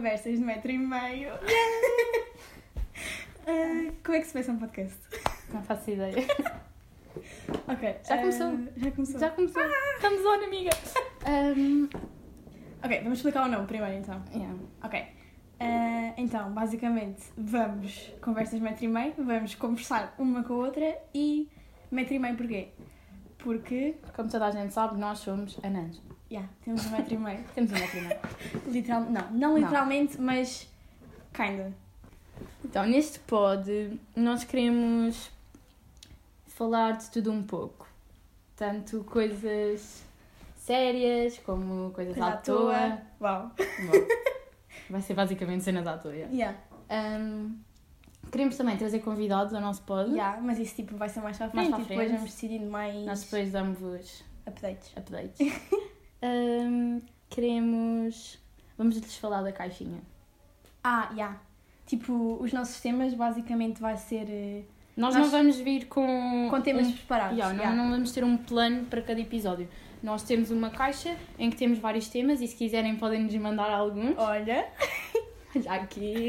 Conversas de 1,5 m. Como é que se faz um podcast? Não faço ideia. Ok. Já começou. Já começou. Estamos on, amiga. Ok, vamos explicar o nome primeiro então. Yeah. Ok. Então, basicamente, vamos conversas de 1,5 m, vamos conversar uma com a outra e 1,5 m porquê? Porque, Como toda a gente sabe, nós somos anãs. temos 1,5 m. Temos 1,5 m. Literalmente, não literalmente, mas kinda. Então, neste pod, nós queremos falar de tudo um pouco. Tanto coisas sérias como coisas à toa. Uau. Bom, vai ser basicamente cenas à toa. Yeah. Queremos também trazer convidados ao nosso pod. Mas isso tipo, vai ser mais para a Mais frente para a e depois frente. vamos decidindo mais Nós depois damos-vos updates. updates. Vamos-lhes falar da caixinha. Tipo, os nossos temas basicamente vai ser Nós Nós- não vamos vir com temas preparados. Não vamos ter um plano para cada episódio. Nós temos uma caixa em que temos vários temas e se quiserem podem nos mandar alguns. Olha. Já aqui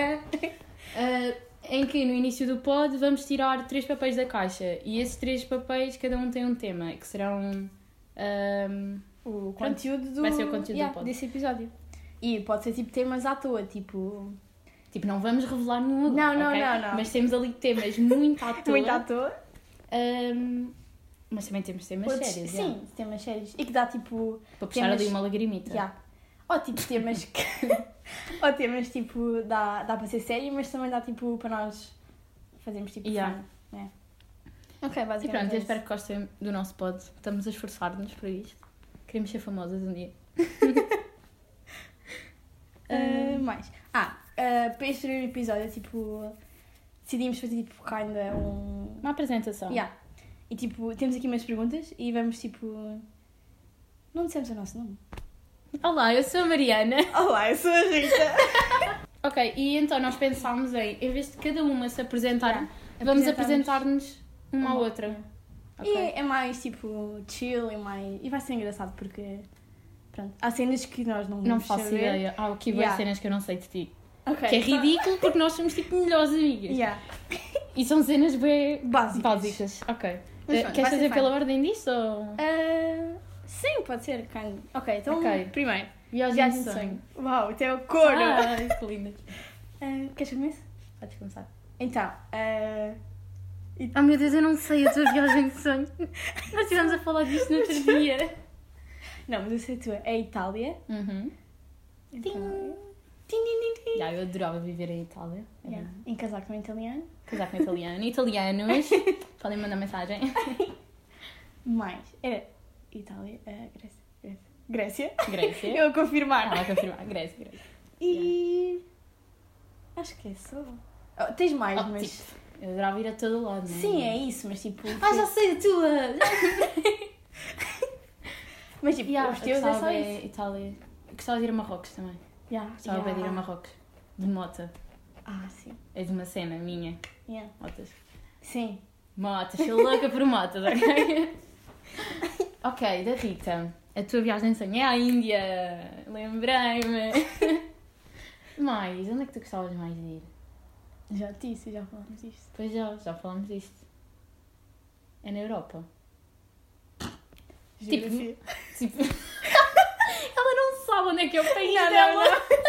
em que no início do pod vamos tirar 3 papéis da caixa e esses 3 papéis cada um tem um tema que serão O conteúdo do... vai ser o conteúdo do pod. desse episódio. E pode ser tipo temas à toa, tipo... Tipo, não vamos revelar nenhum agora, Não, ok? não. Mas temos ali temas muito à toa. Muito à toa. Mas também temos temas sérios. Sim, temas sérios. E que dá tipo... Para puxar temas- ali uma lagrimita. Ou tipo temas que... Ou temas tipo... Dá para ser sério, mas também dá tipo para nós fazermos tipo fun. Né? Ok, E basicamente pronto, é eu espero que gostem do nosso pod. Estamos a esforçar-nos para isto. Queremos ser famosas um dia. Mais. Para este primeiro episódio, tipo... Decidimos fazer tipo kinda Uma apresentação. E tipo, temos aqui umas perguntas e vamos tipo... Não dissemos o nosso nome. Olá, eu sou a Mariana. Olá, eu sou a Rita. Ok, e então nós pensámos em vez de cada uma se apresentar, vamos Apresentarmos apresentar-nos uma à outra. Ok. E é mais tipo chill e vai ser engraçado porque... Pronto, há cenas que nós não Não vamos faço saber. ideia. Aqui boas cenas que eu não sei de ti. Ok. Que é ridículo porque nós somos tipo melhores amigas. E são cenas bem Básicas. Ok. Mas pronto, Queres vai ser fazer fun. pela ordem disso ou... Sim, pode ser. Kind. Ok, então Ok. primeiro. Viagem de sonho. Uau, até o couro. Ai, que lindas. Queres que eu comece? Podes começar. Então, Oh meu Deus, eu não sei a tua viagem de sonho. Nós estivemos a falar disto no outro dia. não, mas eu sei a tua. É a Itália. Uhum. Então, Já, eu adorava viver em Itália. Em casar com um italiano. Casar com italiano. Italianos, podem mandar mensagem. Mais. Era Itália, Grécia. Grécia. Eu a confirmar. Ah, vai confirmar. Grécia. E... Acho que é só. Oh, tens mais, mas... Tipo, eu adorava ir a todo lado, não é? Sim, é isso, mas tipo... Já sei a tua! Mas tipo, os teus é só isso. Itália. Eu gostava de ir a Marrocos também. Gostava bem de ir a Marrocos. De moto. Sim. É de uma cena minha. Motas. Sim. Motas. Sou louca por motas, ok? Ok, da Rita. A tua viagem de sonho é à Índia. Lembrei-me. Mas, onde é que tu gostavas mais de ir? Já te disse, já falamos disto. Pois já falámos disto. É na Europa. Geografia. Tipo... Ela não sabe onde é que é o país Não, dela.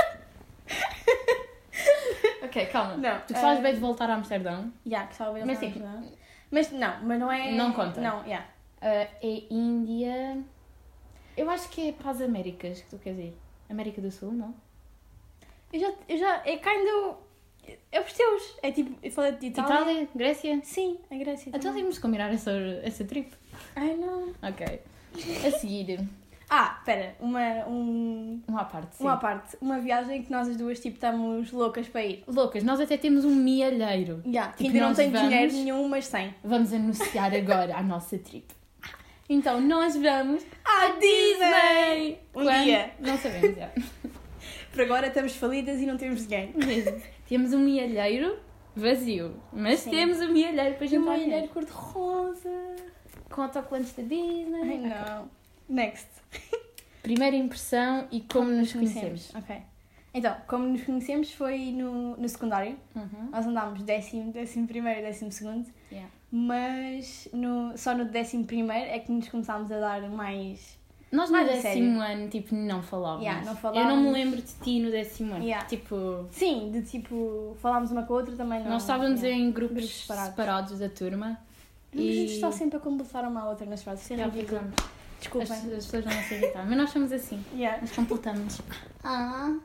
não. Ok, calma. Não, Tu gostavas bem de voltar a Amsterdão? Gostava de Mas voltar sim. a Amsterdão. Mas não é... Não conta. Não, É Índia... Eu acho que é para as Américas que tu queres ir. América do Sul, não? Eu já... É kinda... É os teus. É tipo... Eu falei de Itália, Grécia? Sim, a Grécia Então também. temos que combinar essa trip. Ai, não. Ok. A seguir, Espera. uma à parte, sim. Uma à parte. Uma viagem que nós as duas, tipo, estamos loucas para ir. Loucas, nós até temos um mielheiro. Que Tipo, ainda não nós tem vamos- dinheiro nenhum, mas tem. Vamos anunciar agora a nossa trip. Então, nós vamos À Disney! Quando? dia. Não sabemos, já. Por agora estamos falidas e não temos dinheiro. Mesmo. Temos um mielheiro vazio, mas Sim. temos um mielheiro para Um juntar milheiro dinheiro. cor-de-rosa. Com autocolantes da Disney. Ai, não. Next. Primeira impressão e como nos conhecemos. Ok. Então, como nos conhecemos foi no secundário. Uhum. Nós andámos 10º primeiro e 12º. Yeah. Mas só no 11º é que nos começámos a dar mais... Nós no Mais a 10º sério. ano, tipo, não falávamos. Yeah, não Eu falávamos. não me lembro de ti no 10º ano. Yeah. Tipo, Sim, de tipo, falámos uma com a outra também não... nós estávamos yeah. em grupos Grupos separados. separados da turma. Mas a gente está sempre a completar uma à outra nas frases. Isso é Já ridículo. ficamos. Desculpem. As pessoas vão se irritar. Mas nós somos assim. Yeah. Nós completamos. Ai.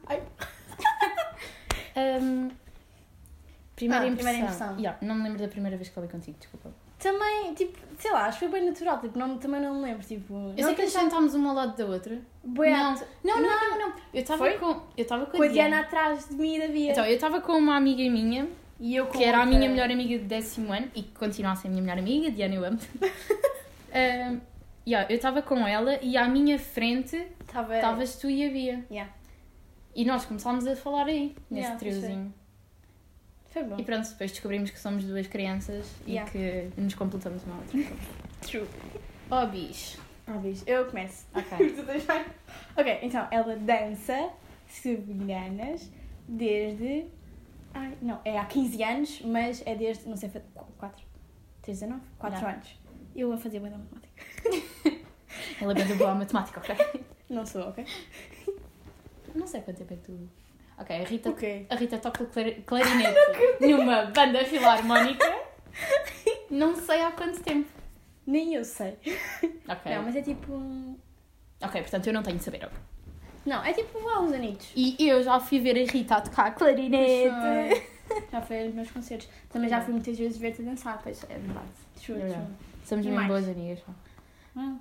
Primeira Ah, impressão. primeira impressão. Yeah, não me lembro da primeira vez que falei contigo, desculpa. Também, tipo, sei lá, acho que foi bem natural. Tipo, também não me lembro. Tipo, Eu sei que nos sentámos uma ao lado da outra. Não. Eu estava Foi? com Com a Diana atrás de mim e da Bia. Então, eu estava com uma amiga minha, E eu com que era a outra. minha melhor amiga de 10º ano e que continua a ser a minha melhor amiga, Diana, eu amo. Eu estava com ela e à minha frente estavas tu e a Bia. Yeah. E nós começámos a falar aí, nesse Yeah, triozinho. Foi bom. E pronto, depois descobrimos que somos duas crianças Yeah. e que nos completamos uma à outra. True. Oh, bicho. Óbvio. Eu começo. Ok. Tu tens bem? Ok, então ela dança sevilhanas desde... Ai, não, é há 15 anos, mas é desde, não sei, 4. Tens 19? 4 Não. anos. Eu a fazer bem da matemática. Ela é bem boa à matemática, ok? Não sou, ok? Não sei quanto tempo é que tu... Ok, Ok. a Rita toca clarinete numa banda filarmónica. Não sei há quanto tempo. Nem eu sei. Ok. Não, mas é tipo... Ok, portanto eu não tenho de saber. Ok. Não, é tipo há uns anitos. E eu já fui ver a Rita a tocar clarinete. Já foi nos meus concertos. Também já fui muitas vezes ver-te dançar. Pois, é verdade. True, É verdade. true. Somos E mesmo mais? boas amigas. Pá. Ah.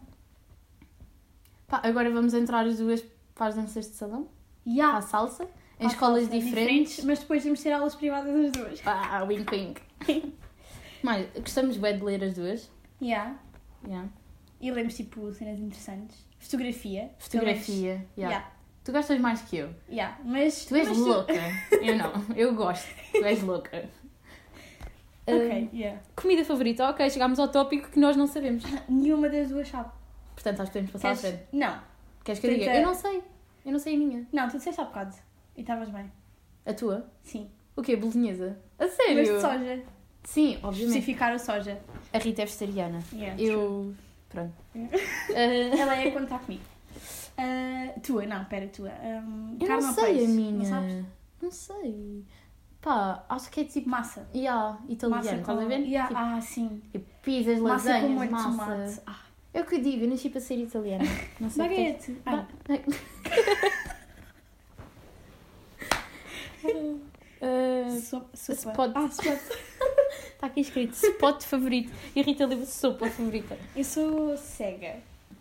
Pá, agora vamos entrar as duas para as danças de salão, para a Yeah. salsa, em Há escolas salsas diferentes. mas depois temos de ter aulas privadas das duas. Ah, wink wink. Mas gostamos bem de ler as duas. Yeah. Yeah. E lemos tipo cenas interessantes. Fotografia. Fotografia. Também. Yeah. Tu gostas mais que eu. Yeah. Mas, Tu és mas louca. Eu não. Eu gosto. Tu és louca. Ok, yeah. Comida favorita? Ok, chegámos ao tópico que nós não sabemos. Nenhuma das duas sabe. Portanto, acho que podemos passar à Queres... frente. Não. Queres que eu diga? Tenta- Eu não sei. Eu não sei a minha. Não, tu disseste há bocado. E estavas bem. A tua? Sim. O quê? Bolonhesa? A sério? Mas de soja. Sim, obviamente. Especificar o soja. A Rita é vegetariana. Yeah, Eu... Pronto. Ela é quando está comigo. Tua, não, pera, tua. Eu Carne não ou sei peixe? a minha. Não sabes? Não sei. Pá, acho que é tipo... Massa. Italiano, Massa estás a ver? Yeah, sim. Tipo pizzas, Massa lasanhas, com molho de massa. tomate. É o que eu digo, eu nasci para ser italiana. Não sei porque... Baguete. Ai, sopa. Spot. Sopa. Está aqui escrito spot favorito. E a Rita leva sopa favorita. Eu sou cega.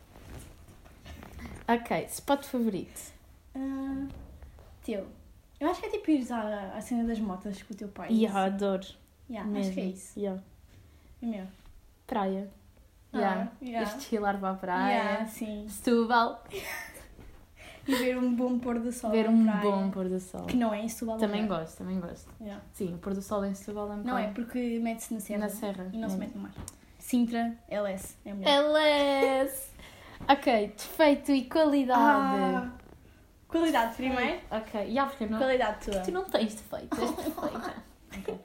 Ok, spot favorito. Teu. Eu acho que é tipo ires à cena das motas com o teu pai. Adoro. Yeah, acho que é isso. Yeah. É meu. Praia. Yeah. Estilar para a praia. Yeah, sim. Setúbal. E ver um bom pôr do sol. Ver na um praia. bom pôr do sol. Que não é em Setúbal. Também não é? gosto, também gosto. Yeah. Sim, o pôr do sol em Setúbal é um Não é, bocado- porque mete-se na serra. Na serra. E não se É. mete no mar. Sintra, LS. É melhor. LS! Ok, defeito e qualidade. Qualidade primeiro. Ok, e porque não? Qualidade tua. Tu não tens defeito, és perfeita. Ok.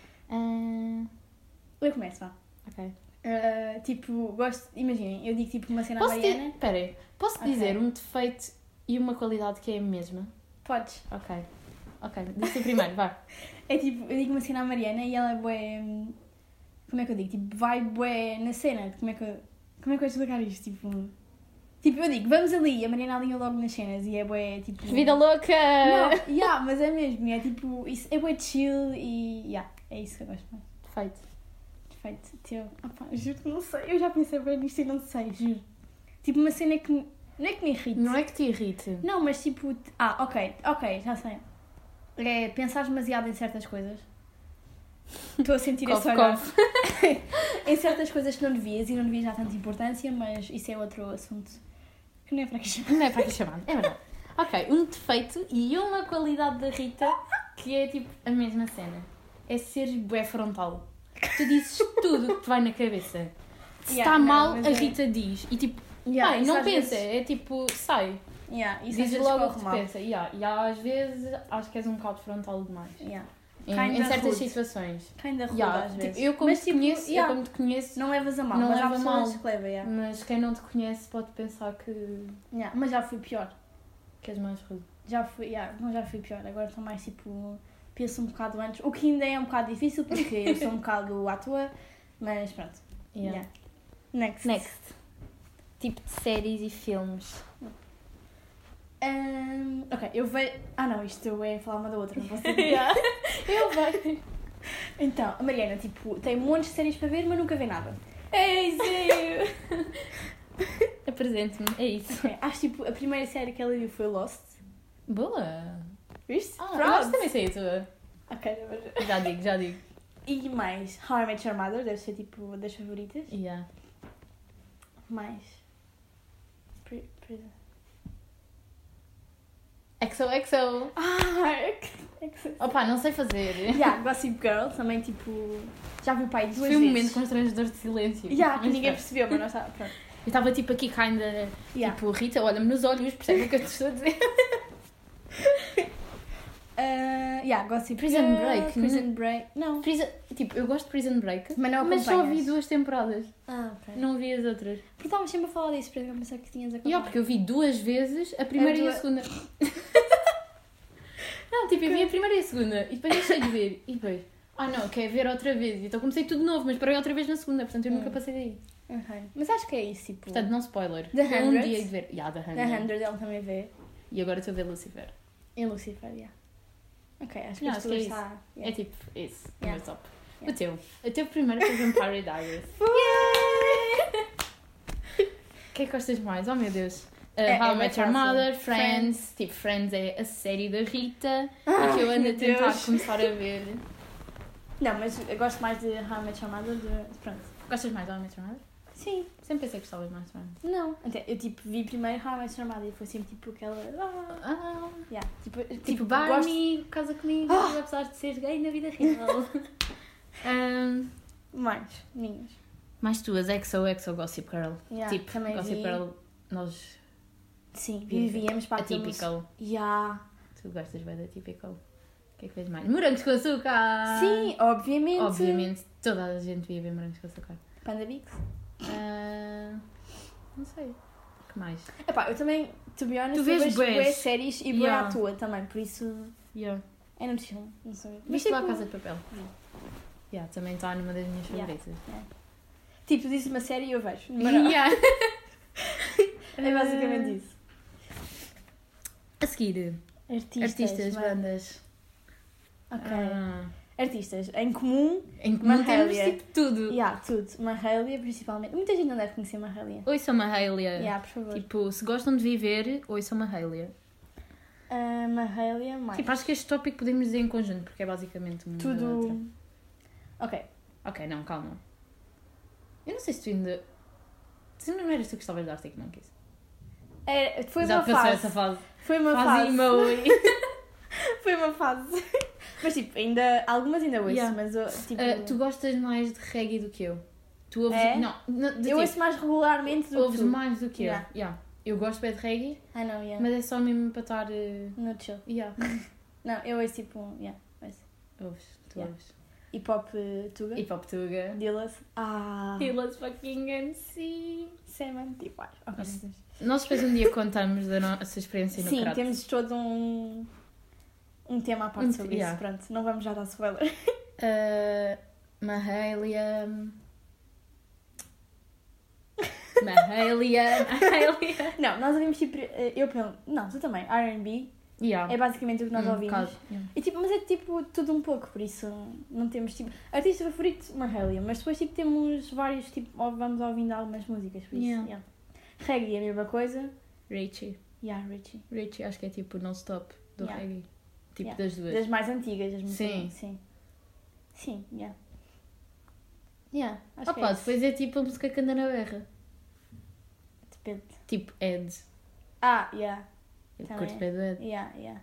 Eu começo, vá. Ok. Tipo, gosto... Imaginem, eu digo tipo uma cena à Posso Mariana. Espera aí, posso Ok. dizer um defeito e uma qualidade que é a mesma? Podes. Ok. Ok, diz tu primeiro, vá. É tipo, eu digo uma cena à Mariana e ela é bué... Como é que eu digo? Tipo, vai bué na cena. Como é que eu vou explicar isto? Tipo, eu digo, vamos ali. A Mariana alinha logo nas cenas e é bué, tipo... Vida louca! Não, mas é mesmo. É tipo, isso é bué chill e... é isso que eu gosto mais. Defeito. Perfeito. Teu... Juro que não sei. Eu já pensei bem nisto e não sei, juro. Tipo, uma cena que... Não é que me irrite. Não é que te irrite. Não, mas tipo... ok, já sei. É pensar demasiado em certas coisas. Estou a sentir esse Cof, olhar. cof. Em certas coisas que não devias e não devias dar tanta importância, mas isso é outro assunto. Que não é para aqui chamar. Não é para aqui chamar, é verdade. Ok, um defeito e uma qualidade da Rita que é tipo a mesma cena. É ser bué frontal. Tu dizes tudo o que te vai na cabeça. Se Yeah, está não, mal, mas a é- Rita diz. E tipo, Yeah, ai, isso não às pensa, vezes- é tipo, sai. Yeah, isso às Dizes vezes logo o corre que mal. pensa. E às vezes acho que és um bocado frontal demais. Yeah. Em Kinda certas rude. situações. Ainda rude Yeah, às tipo, vezes. eu como Mas, te tipo, conheço, yeah, eu como te conheço, não levas a mal, não mas há leva pessoas mal. que levam, yeah. mas quem não te conhece pode pensar que Mas já fui pior. és mais rude. Já fui pior. Agora estou mais tipo. Penso um bocado antes. O que ainda é um bocado difícil porque eu sou um bocado à toa. Mas pronto. Yeah. Yeah. Next. Next. Tipo de séries e filmes. Ok, eu vejo. Ah não, isto eu ia falar uma da outra, não posso dizer. Yeah. Eu vejo. Então, a Mariana, tipo, tem montes de séries para ver, mas nunca vê nada. É isso. Apresente-me, é isso. Ok, acho tipo, a primeira série que ela viu foi Lost. Boa. Viste? Mas também sei a tua. Ok, mas... Já digo. E mais, How I Met Your Mother, deve ser tipo das favoritas. Yeah. Mais. XOXO. Opa, não sei fazer. Yeah, Gossip Girl, também tipo. Já vi o pai duas Foi vezes. um momento constrangedor de silêncio. Yeah, que Mas ninguém pronto. percebeu, mas nós estava. Pronto. Eu estava tipo aqui kinda, Yeah. tipo, Rita, olha-me nos olhos, percebe o que eu te estou a dizer? Gossip Prison Girl, Break, Prison Break. Não. Tipo, eu gosto de Prison Break, Mas não mas só acompanhas. vi 2 temporadas. Ok. Não vi as outras. Porque estávamos sempre a falar disso, para eu pensar que tinhas acompanhado. Porque eu vi 2 vezes, a primeira e a segunda. Não, tipo, eu vi a primeira e a segunda, e depois deixei de ver, e depois, não, quero ver outra vez, então comecei tudo de novo, mas parei outra vez na segunda, portanto eu nunca passei daí. Ok. Mas acho que é isso, tipo. Portanto, não spoiler. The Eu um 100? dia hei de ver. The 100. The 100 ele também vê. E agora estou a ver Lucifer. E Lucifer, yeah. Ok, acho que Yeah, isto acho que é está. É tipo, esse, o Yeah. meu top. Yeah. O teu. O teu primeiro foi Vampire Diaries. O que é que gostas mais? Oh meu Deus. How I Met Your Mother, Friends. Tipo, Friends é a série da Rita e que eu ando a meu tentar Deus. começar a ver. Não, mas eu gosto mais de How I Met Your Mother. Pronto. Gostas mais de How I Met Your Mother? Sim. Sempre pensei que gostavas mais de Friends. Não. Até, eu tipo vi primeiro How I Met Your Mother e foi sempre tipo aquela. Yeah. Tipo Barney, casa comigo, apesar de seres gay na vida real. Mais, minhas. Mais tuas, XOXO Gossip Girl. Yeah, Tipo, também Gossip vi. Girl, nós Sim, vivíamos para atypical. Yeah. Tu gostas bem da atypical. O que é que fez mais? Morangos com açúcar! Sim, obviamente. Obviamente, toda a gente via ver morangos com açúcar. Panda Bix. Não sei. O que mais? Epá, eu também, to be honest, Tu vês eu vejo bués. bué séries e bué Yeah. à toa também, por isso Yeah. é no chill, não sei. Viste lá a tipo, Casa de Papel? Yeah, também está numa das minhas Yeah. favoritas. Tipo, diz uma série e eu vejo. Mas não. Yeah. É basicamente isso. A seguir, artistas, mas- bandas. Ok. Ah, Artistas. Em comum, em comum temos Mahalia. tipo tudo. yeah, tudo. Mahalia, principalmente. Muita gente não deve conhecer Mahalia. Ouçam Mahalia. Yeah, por favor. Tipo, se gostam de viver, ouçam Mahalia. Mahalia, mais. Tipo, acho que este tópico podemos dizer em conjunto, porque é basicamente uma da outra. Tudo. Ok. Ok, não, calma. Eu não sei se tu ainda... Se não eras tu que gostavas de Arctic Monkeys. Foi Já uma passou fase. essa fase. Foi uma Fase fase. emo. Foi uma fase. Mas tipo, ainda. Algumas ainda ouço, Yeah. mas eu, tipo. Tu gostas mais de reggae do que eu. Tu ouves... É? Não, de eu tipo, ouço mais regularmente do que ouves tu. mais do que eu. Yeah. Yeah. Eu gosto bem de reggae, I know, yeah. mas é só mesmo para estar... No chill. Yeah. Não, eu ouço tipo. Yeah, ouço. Ouves, tu Yeah. ouves. Hip hop Tuga. Hip Hop Tuga. Dillas. Let's fucking MC. Seman, tipo, ok. Nossa. Nós depois um dia contamos da nossa experiência no Sim, Crato. temos todo um tema à parte sobre yeah. isso. Pronto, não vamos já dar spoiler. Mahalia. Não, nós ouvimos tipo. Não, tu também. RB. Yeah. É basicamente o que nós ouvimos. bocado, yeah. E, tipo, mas é tipo tudo um pouco, por isso não temos tipo. Artista favorito, Mahalia, mas depois tipo temos vários, tipo, vamos ouvindo algumas músicas, por isso. Yeah. Yeah. Reggae é a mesma coisa. Richie. Yeah, Richie. Richie acho que é tipo o non-stop do Yeah. reggae. Tipo Yeah. das duas. Das mais antigas, as músicas. Sim. Sim. Sim, yeah. Yeah, acho que Opa, é isso. depois é tipo a música que anda na berra. Depende. Tipo Ed. Yeah. Eu Também. curto bem do Ed. Yeah.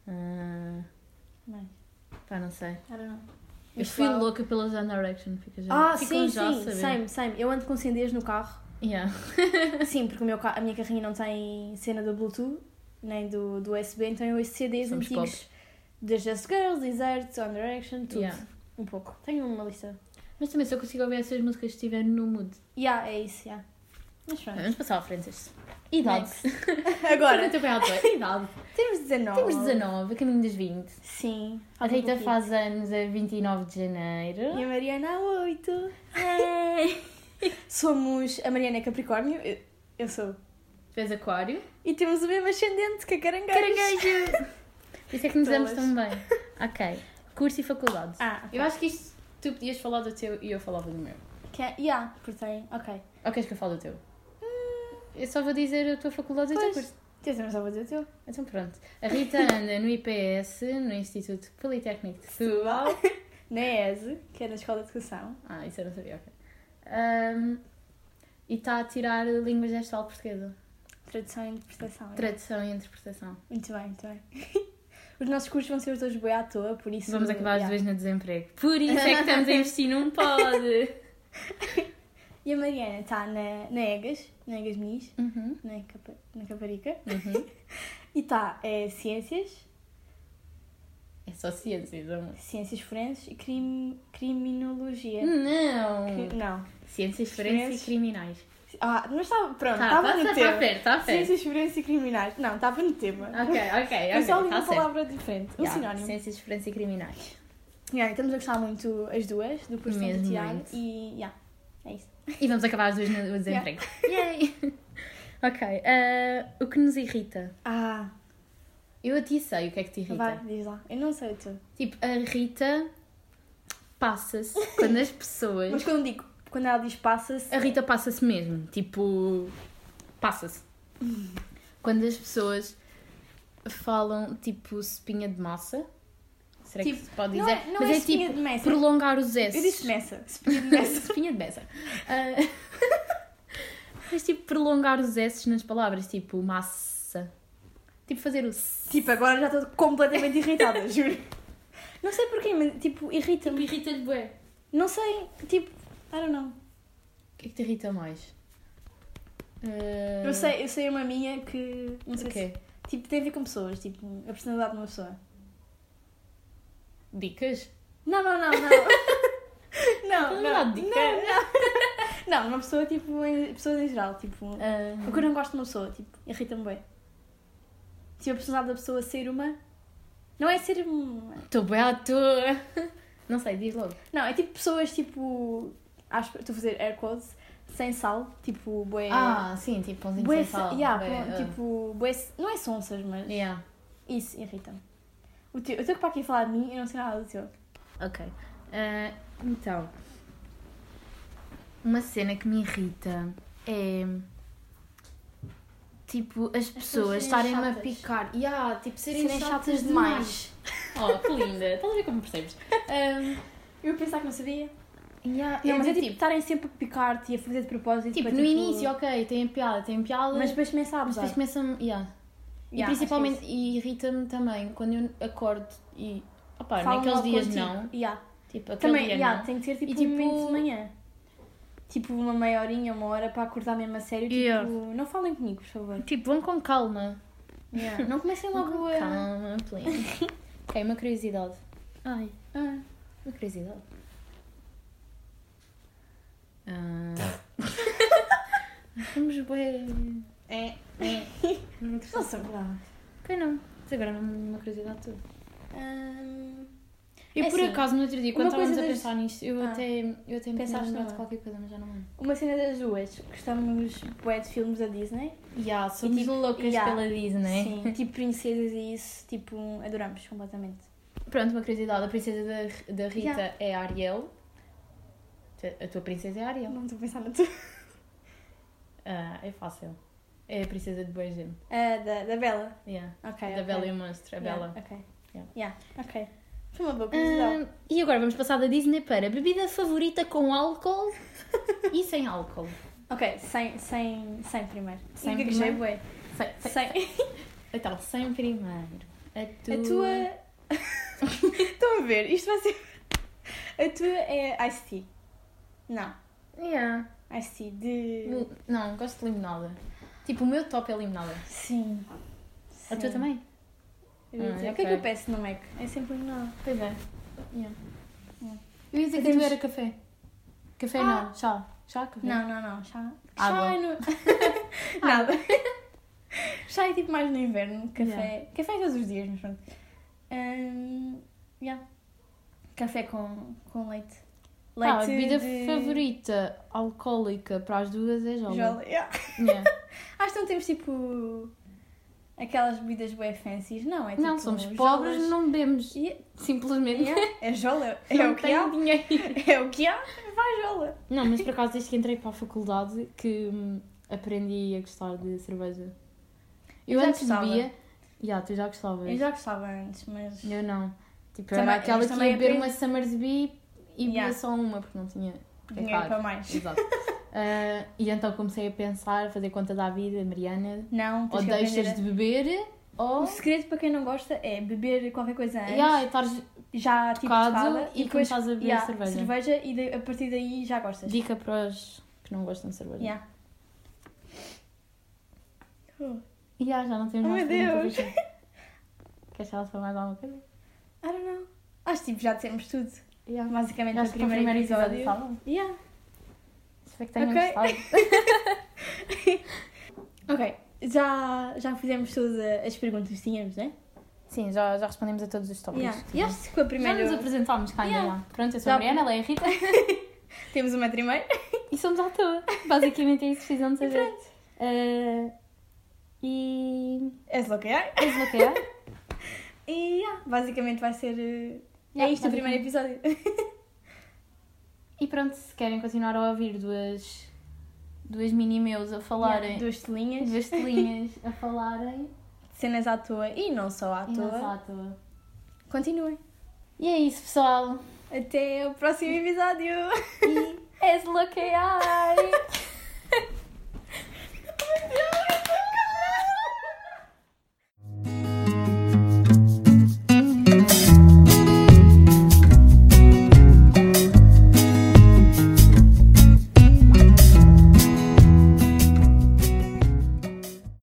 Mas, Pá, não sei. I don't know. Eu fui Pessoal- louca pelas One Direction. Ficam sim, já a sim, saber. same. Eu ando com CDs no carro. Yeah. Sim, porque a minha carrinha não tem cena do Bluetooth nem do USB, então eu ouço CDs Somos antigos das Just Girls, Desert, One Direction, tudo. Yeah. Um pouco. Tenho uma lista. Mas também só consigo ouvir essas músicas se estiver no mood. É isso, Mas pronto. Vamos passar à frente isto. Idade. Agora, Pergunta bem à tua. Idade. temos 19. Temos 19, a caminho dos 20. Sim. A Rita faz anos a 29 de janeiro. E a Mariana a 8. Somos... A Mariana é Capricórnio, eu sou. Fez aquário. E temos o mesmo ascendente que a Caranguejo. Caranguejo! Isso é que nos damos Todas. tão bem. Ok. Curso e faculdade. Ok. Eu acho que isto tu podias falar do teu e eu falava do meu. Porque tem... Ok. Ou queres que eu fale do teu? Eu só vou dizer a tua faculdade e o teu Pois. curso. Eu também só vou dizer o teu. Então pronto. A Rita anda no IPS, no Instituto Politécnico de Setúbal. Na ESE, que é na Escola de Educação. Ah, isso eu não sabia, ok. E está a tirar língua gestual portuguesa. Tradução e interpretação. Tradução e interpretação. Muito bem, muito bem. Os nossos cursos vão ser os dois boi à toa, por isso... Vamos acabar as duas no desemprego. Por isso é que estamos a investir num pod. E a Mariana está na EGAS Minis, Uhum. na Caparica. Uhum. E está Ciências, É só ciências, amor. Ciências Forenses e Criminologia. Não! Não. Ciências forenses e criminais. Mas estava... Pronto, Tá, estava no tema. está perto. Ciências Forenses e Criminais. Não, estava no tema. Ok. Eu só li tá uma certo. palavra diferente. Um Yeah, sinónimo. Ciências forenses e criminais. Estamos a gostar muito as duas, do curso Mesmo de Tiago. muito. E é isso. E vamos acabar as duas no desemprego. Yay! Ok. O que nos irrita? Eu a ti sei o que é que te irrita. Vai, diz lá. Eu não sei o teu. Tipo, a Rita passa-se quando as pessoas... Mas quando ela diz passa-se... A Rita passa-se mesmo. Tipo, passa-se. Quando as pessoas falam, tipo, espinha de massa. Será que Tipo, se pode não dizer? é- não Mas é é espinha tipo, de massa. prolongar os S. Eu disse messa. Espinha de messa. Espinha de massa. Mas tipo, prolongar os S nas palavras. Tipo, massa. Tipo, fazer o S. Tipo, agora já estou completamente irritada, juro. Não sei porquê, mas tipo, irrita-me. Tipo, irrita-lhe bué. Não sei, tipo, I don't know. O que é que te irrita mais? Eu sei uma minha que, não sei O quê? se, tipo, tem a ver com pessoas, tipo, a personalidade de uma pessoa. Dicas? Não. Não, Não dá dica. Não, uma pessoa, tipo, pessoas em geral, tipo, o que eu não gosto de uma pessoa, tipo, irrita-me bem. Tipo, a personalidade da pessoa ser uma... Não é ser uma... Estou bem à toa. Não sei, diz logo. Não, é tipo pessoas, tipo, estou a fazer air quotes, sem sal, tipo, bué... Sim, tipo pãozinho bué, sem sal. tipo, bué, não é sonsas, mas Yeah. isso irrita-me. Eu estou para aqui a falar de mim e não sei nada do teu. Ok. Então, uma cena que me irrita é tipo as pessoas serem estarem-me a chatas. picar. Tipo, serem Serem chatas chatas demais. Oh, que linda. Estás a ver como percebes? Eu ia pensar que não sabia. Não, Não, mas é tipo, estarem sempre a picar-te e a fazer de propósito. tipo, para, no início, ok, tem piada. Mas depois começa a Mas abusar. depois começa-me. E principalmente, acho que e irrita-me também quando eu acordo e. Opá, falam naqueles mal dias contigo. não. Tipo, aquele Também, dia não. tem que ser tipo, E, tipo, um momento de manhã. Tipo uma meia horinha, uma hora para acordar mesmo a sério. Tipo, Yeah. não falem comigo, por favor. Tipo, vão com calma. Não comecem logo a... Calma, please. Ok, uma curiosidade. Ai. Uma curiosidade. Vamos bem. Não sei lá. Ok, não. Mas agora não uma curiosidade tua. Eu, É por assim, acaso, no outro dia, quando uma coisa estávamos a das- pensar nisto, eu até me Pensaste tinha lembrado numa? de qualquer coisa, mas já não lembro. Uma cena das duas. Gostamos bué de filmes da Disney. Somos tipo, loucas pela Disney. Sim, tipo princesas e isso, tipo, adoramos completamente. Pronto, uma curiosidade. A princesa da Rita Yeah. é a Ariel. A tua princesa é a Ariel. Não estou a pensar na tua. É fácil. É a princesa de boa gente. Da Bela. Yeah. Ok. Da Bela e o Monstro, a Bela. Ok. Yeah. Ok. Foi uma boa curiosidade. E agora vamos passar da Disney para bebida favorita com álcool e sem álcool. Ok, sem primeiro. Sem Gaguejei primeiro? bué. Sem. Então, sem primeiro. A A tua... Estão a ver? Isto vai ser... A tua é Ice Tea. Não. Yeah. Ice Tea de... Não, gosto de limonada. Tipo, o meu top é limonada. Sim. A tua também? Eu ia dizer, o que é que eu peço no Mac? É sempre nada. Pois é. Yeah. Eu ia dizer que a tua era café. Café não, chá. Chá, café? Não. Chá. Água. Chá é no... Nada. Chá é tipo mais no inverno. Café. Café é todos os dias, mas pronto. Yeah. Café com leite. A bebida favorita alcoólica para as duas é jola. Jola, yeah. Yeah. Acho que não temos tipo aquelas bebidas bué fancies, não, é tipo Não, somos pobres, jolas. não bebemos. Yeah. Simplesmente. Yeah. É jola, é Não o que há. tenho dinheiro. É o que há, vai jola. Não, mas por acaso desde que entrei para a faculdade que aprendi a gostar de cerveja. Eu já antes gostava. bebia. Tu já gostavas. Eu já gostava antes, mas... Eu não. Tipo, Também- era aquela mas que também ia beber aprendi- uma Summersby e bebia Yeah. só uma, porque não tinha... porque é Dinheiro caro. para mais. Exato. E então comecei a pensar, a fazer conta da vida, Mariana, Não, ou tens que deixas aprender de beber, ou... O segredo para quem não gosta é beber qualquer coisa antes, Estares já tipo tocado tocada, e depois começas a beber cerveja. e a partir daí já gostas. Dica para os que não gostam de cerveja. Yeah. Já não temos Oh, mais meu perguntas Deus. aqui. Queres falar sobre mais alguma coisa? I don't know. Acho que tipo, já dissemos tudo. Yeah. Basicamente, Acho o que o primeiro primeiro episódio episódio. está bom. Yeah. Espero que tenham Ok. gostado. Ok, já fizemos todas as perguntas que tínhamos, né? Sim, já respondemos a todos os tópicos. Yeah. E acho que com a Já primeira... nos apresentámos cá ainda Yeah. lá. Pronto, eu sou a Já- Mariana, ela é a Rita Temos 1,5 m. e somos à toa. Basicamente é isso que precisam de saber. E É só que é. é desbloquear. E basicamente vai ser... é isto o primeiro episódio. E pronto, se querem continuar a ouvir duas mini-meus a falarem, Duas telinhas. duas telinhas a falarem, Cenas à toa e não só à e não toa. só à toa. Continuem. E é isso, pessoal. Até o próximo episódio. E